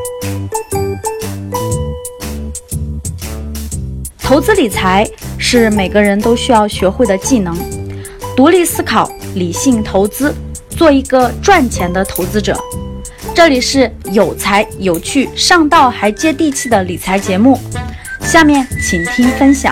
投资理财是每个人都需要学会的技能，独立思考，理性投资，做一个赚钱的投资者。这里是有才有趣、上道还接地气的理财节目，下面请听分享。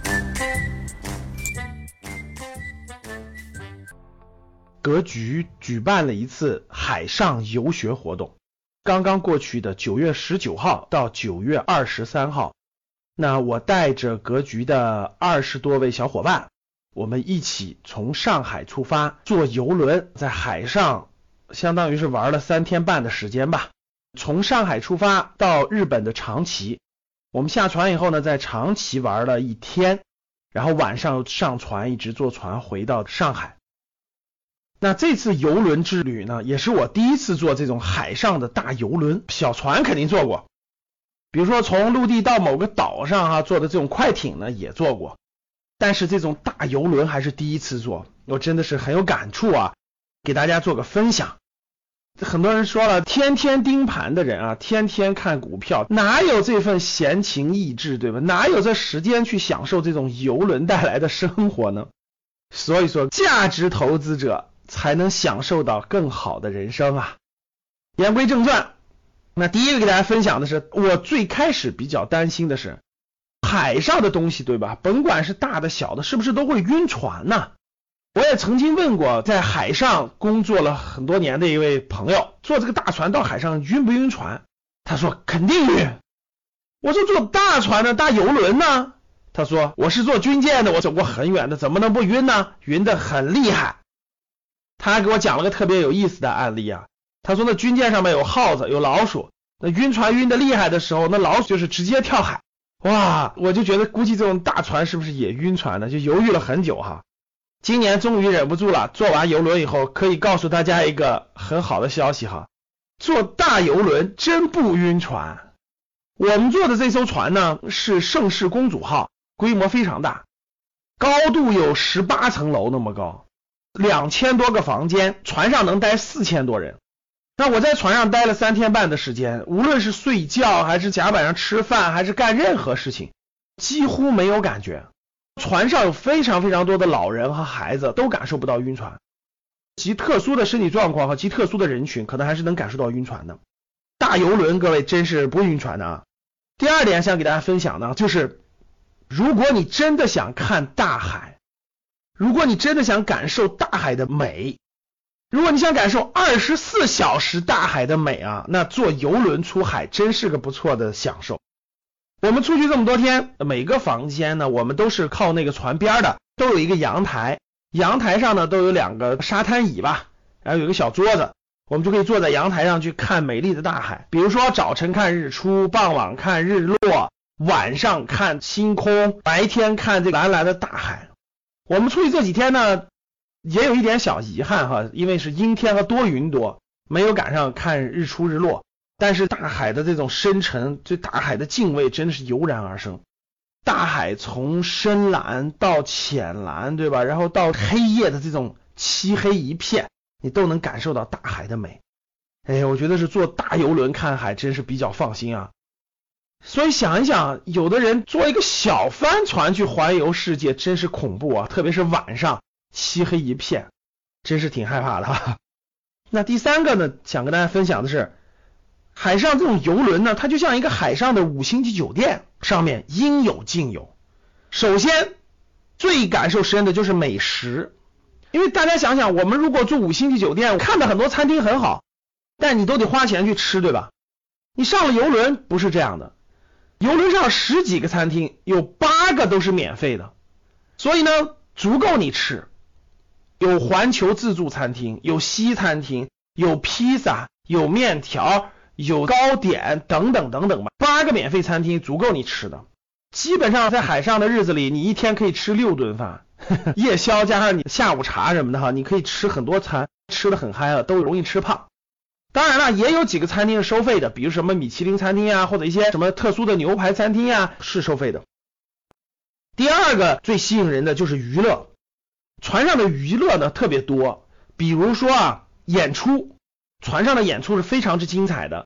格局举办了一次海上游学活动，刚刚过去的9月19号到9月23号，那我带着格局的20多位小伙伴，我们一起从上海出发，坐游轮在海上相当于是玩了3天半的时间吧。从上海出发到日本的长崎，我们下船以后呢，在长崎玩了1天，然后晚上上船，一直坐船回到上海。那这次游轮之旅呢，也是我第一次坐这种海上的大游轮，小船肯定坐过，比如说从陆地到某个岛上坐的这种快艇呢也坐过，但是这种大游轮还是第一次坐，我真的是很有感触啊，给大家做个分享。很多人说了，天天盯盘的人天天看股票，哪有这份闲情逸致，对吧？哪有这时间去享受这种游轮带来的生活呢？所以说，价值投资者才能享受到更好的人生啊。言归正传，那第一个给大家分享的是，我最开始比较担心的是，海上的东西，对吧？甭管是大的小的，是不是都会晕船呢？我也曾经问过在海上工作了很多年的一位朋友，坐这个大船到海上晕不晕船？他说肯定晕。我说坐大船的大游轮呢？他说我是坐军舰的，我走过很远的，怎么能不晕呢？晕得很厉害。他还给我讲了个特别有意思的案例啊，他说那军舰上面有耗子有老鼠，那晕船晕得厉害的时候，那老鼠就是直接跳海。哇，我就觉得估计这种大船是不是也晕船呢？就犹豫了很久哈。今年终于忍不住了，坐完游轮以后可以告诉大家一个很好的消息哈，坐大游轮真不晕船。我们坐的这艘船呢是盛世公主号，规模非常大，高度有18层楼那么高，2000多个房间，船上能待4000多人。那我在船上待了3天半的时间，无论是睡觉还是甲板上吃饭还是干任何事情，几乎没有感觉。船上有非常非常多的老人和孩子，都感受不到晕船。极特殊的身体状况和极特殊的人群，可能还是能感受到晕船的。大游轮各位真是不晕船的啊。第二点想给大家分享呢，就是如果你真的想看大海，如果你真的想感受大海的美，如果你想感受24小时大海的美那坐游轮出海真是个不错的享受。我们出去这么多天，每个房间呢，我们都是靠那个船边的，都有一个阳台，阳台上呢都有2个沙滩椅吧，然后有一个小桌子，我们就可以坐在阳台上去看美丽的大海。比如说早晨看日出，傍晚看日落，晚上看星空，白天看这个蓝蓝的大海。我们出去这几天呢，也有一点小遗憾哈，因为是阴天和多云多，没有赶上看日出日落。但是大海的这种深沉，对大海的敬畏真的是油然而生。大海从深蓝到浅蓝，对吧？然后到黑夜的这种漆黑一片，你都能感受到大海的美。我觉得是坐大游轮看海真是比较放心啊。所以想一想，有的人坐一个小帆船去环游世界，真是恐怖啊，特别是晚上漆黑一片，真是挺害怕的那第三个呢，想跟大家分享的是，海上这种游轮呢，它就像一个海上的5星级酒店，上面应有尽有。首先最感受深的就是美食，因为大家想想，我们如果住5星级酒店，看到很多餐厅很好，但你都得花钱去吃，对吧？你上了游轮不是这样的，游轮上10几个餐厅，有8个都是免费的，所以呢足够你吃。有环球自助餐厅，有西餐厅，有披萨，有面条，有糕点等等等等吧，8个免费餐厅足够你吃的。基本上在海上的日子里，你一天可以吃6顿饭夜宵加上你下午茶什么的你可以吃很多餐，吃得很嗨了，都容易吃胖。当然了，也有几个餐厅是收费的，比如什么米其林餐厅或者一些什么特殊的牛排餐厅是收费的。第二个最吸引人的就是娱乐，船上的娱乐呢特别多，比如说演出，船上的演出是非常之精彩的，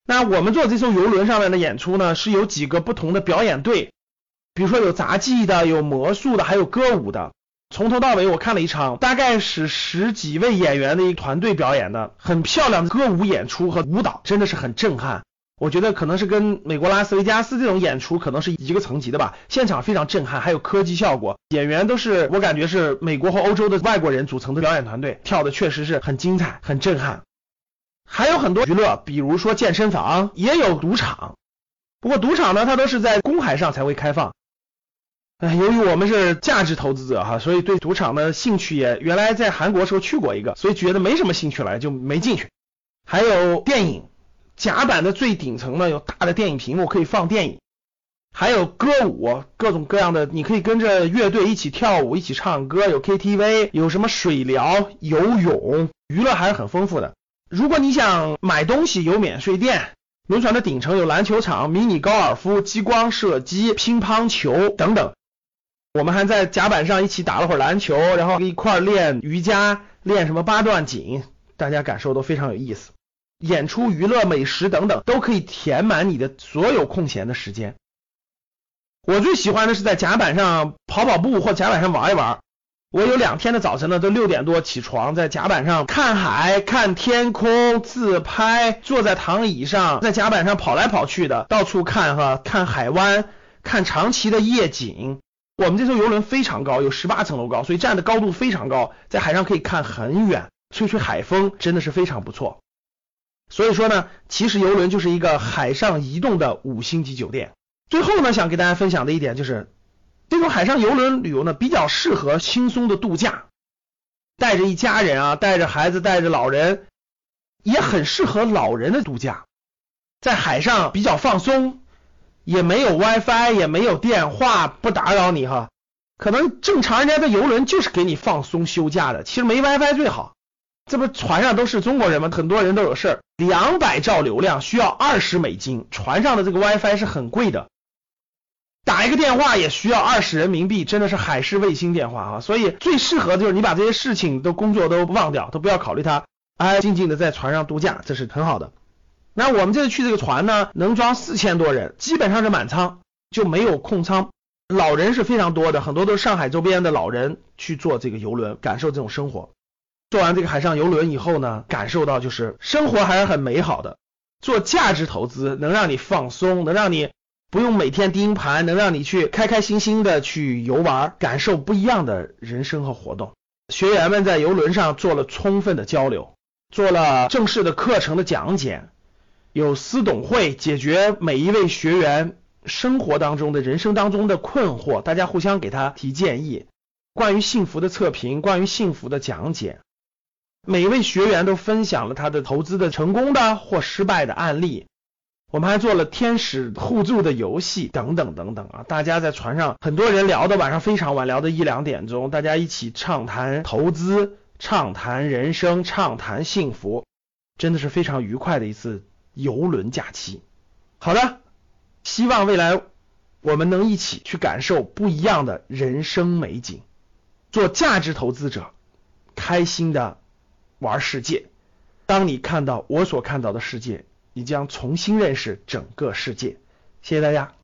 那我们坐这艘游轮上面的演出呢，是有几个不同的表演队，比如说有杂技的，有魔术的，还有歌舞的。从头到尾我看了一场，大概是10几位演员的一个团队表演的，很漂亮的歌舞演出和舞蹈，真的是很震撼。我觉得可能是跟美国拉斯维加斯这种演出可能是一个层级的吧，现场非常震撼，还有科技效果，演员都是我感觉是美国和欧洲的外国人组成的表演团队，跳的确实是很精彩，很震撼。还有很多娱乐，比如说健身房，也有赌场，不过赌场呢，它都是在公海上才会开放。由于我们是价值投资者哈，所以对赌场的兴趣也原来在韩国时候去过一个，所以觉得没什么兴趣来就没进去。还有电影，甲板的最顶层呢有大的电影屏幕可以放电影，还有歌舞，各种各样的，你可以跟着乐队一起跳舞，一起唱歌，有 KTV， 有什么水疗、游泳，娱乐还是很丰富的。如果你想买东西，有免税店，轮船的顶层有篮球场、迷你高尔夫、激光射击、乒乓球等等。我们还在甲板上一起打了会儿篮球，然后一块练瑜伽，练什么8段锦，大家感受都非常有意思。演出、娱乐、美食等等都可以填满你的所有空闲的时间。我最喜欢的是在甲板上跑跑步或甲板上玩一玩。我有2天的早晨呢，都6点多起床，在甲板上看海、看天空、自拍，坐在躺椅上，在甲板上跑来跑去的，到处看看海湾，看长崎的夜景。我们这艘游轮非常高，有18层楼高，所以站的高度非常高，在海上可以看很远，吹吹海风，真的是非常不错。所以说呢，其实游轮就是一个海上移动的5星级酒店。最后呢，想给大家分享的一点就是，这种海上游轮旅游呢，比较适合轻松的度假，带着一家人啊，带着孩子，带着老人，也很适合老人的度假。在海上比较放松，也没有 WiFi， 也没有电话，不打扰你哈。可能正常人家的游轮就是给你放松休假的，其实没 WiFi 最好。这不船上都是中国人吗？很多人都有事儿。200兆流量需要20美金，船上的这个 WiFi 是很贵的，打一个电话也需要20人民币，真的是海事卫星电话啊！所以最适合的就是你把这些事情都工作都忘掉，都不要考虑它，安安静静的在船上度假，这是很好的。那我们这次去这个船呢，能装4000多人，基本上是满舱，就没有空舱。老人是非常多的，很多都是上海周边的老人去坐这个游轮，感受这种生活。坐完这个海上游轮以后呢，感受到就是生活还是很美好的。做价值投资能让你放松，能让你不用每天盯盘，能让你去开开心心的去游玩，感受不一样的人生和活动。学员们在游轮上做了充分的交流，做了正式的课程的讲解，有私董会，解决每一位学员生活当中的人生当中的困惑，大家互相给他提建议，关于幸福的测评，关于幸福的讲解。每一位学员都分享了他的投资的成功的或失败的案例。我们还做了天使互助的游戏等等等等啊！大家在船上很多人聊到晚上非常晚，聊到1、2点钟，大家一起畅谈投资，畅谈人生，畅谈幸福，真的是非常愉快的一次游轮假期。好的，希望未来我们能一起去感受不一样的人生美景，做价值投资者，开心的玩世界。当你看到我所看到的世界，你将重新认识整个世界。谢谢大家。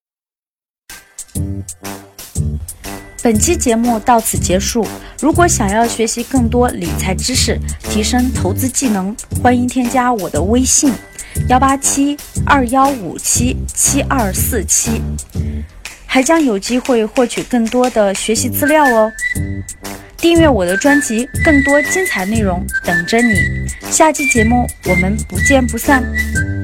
本期节目到此结束。如果想要学习更多理财知识，提升投资技能，欢迎添加我的微信18721577247，还将有机会获取更多的学习资料哦。订阅我的专辑，更多精彩内容等着你。下期节目我们不见不散。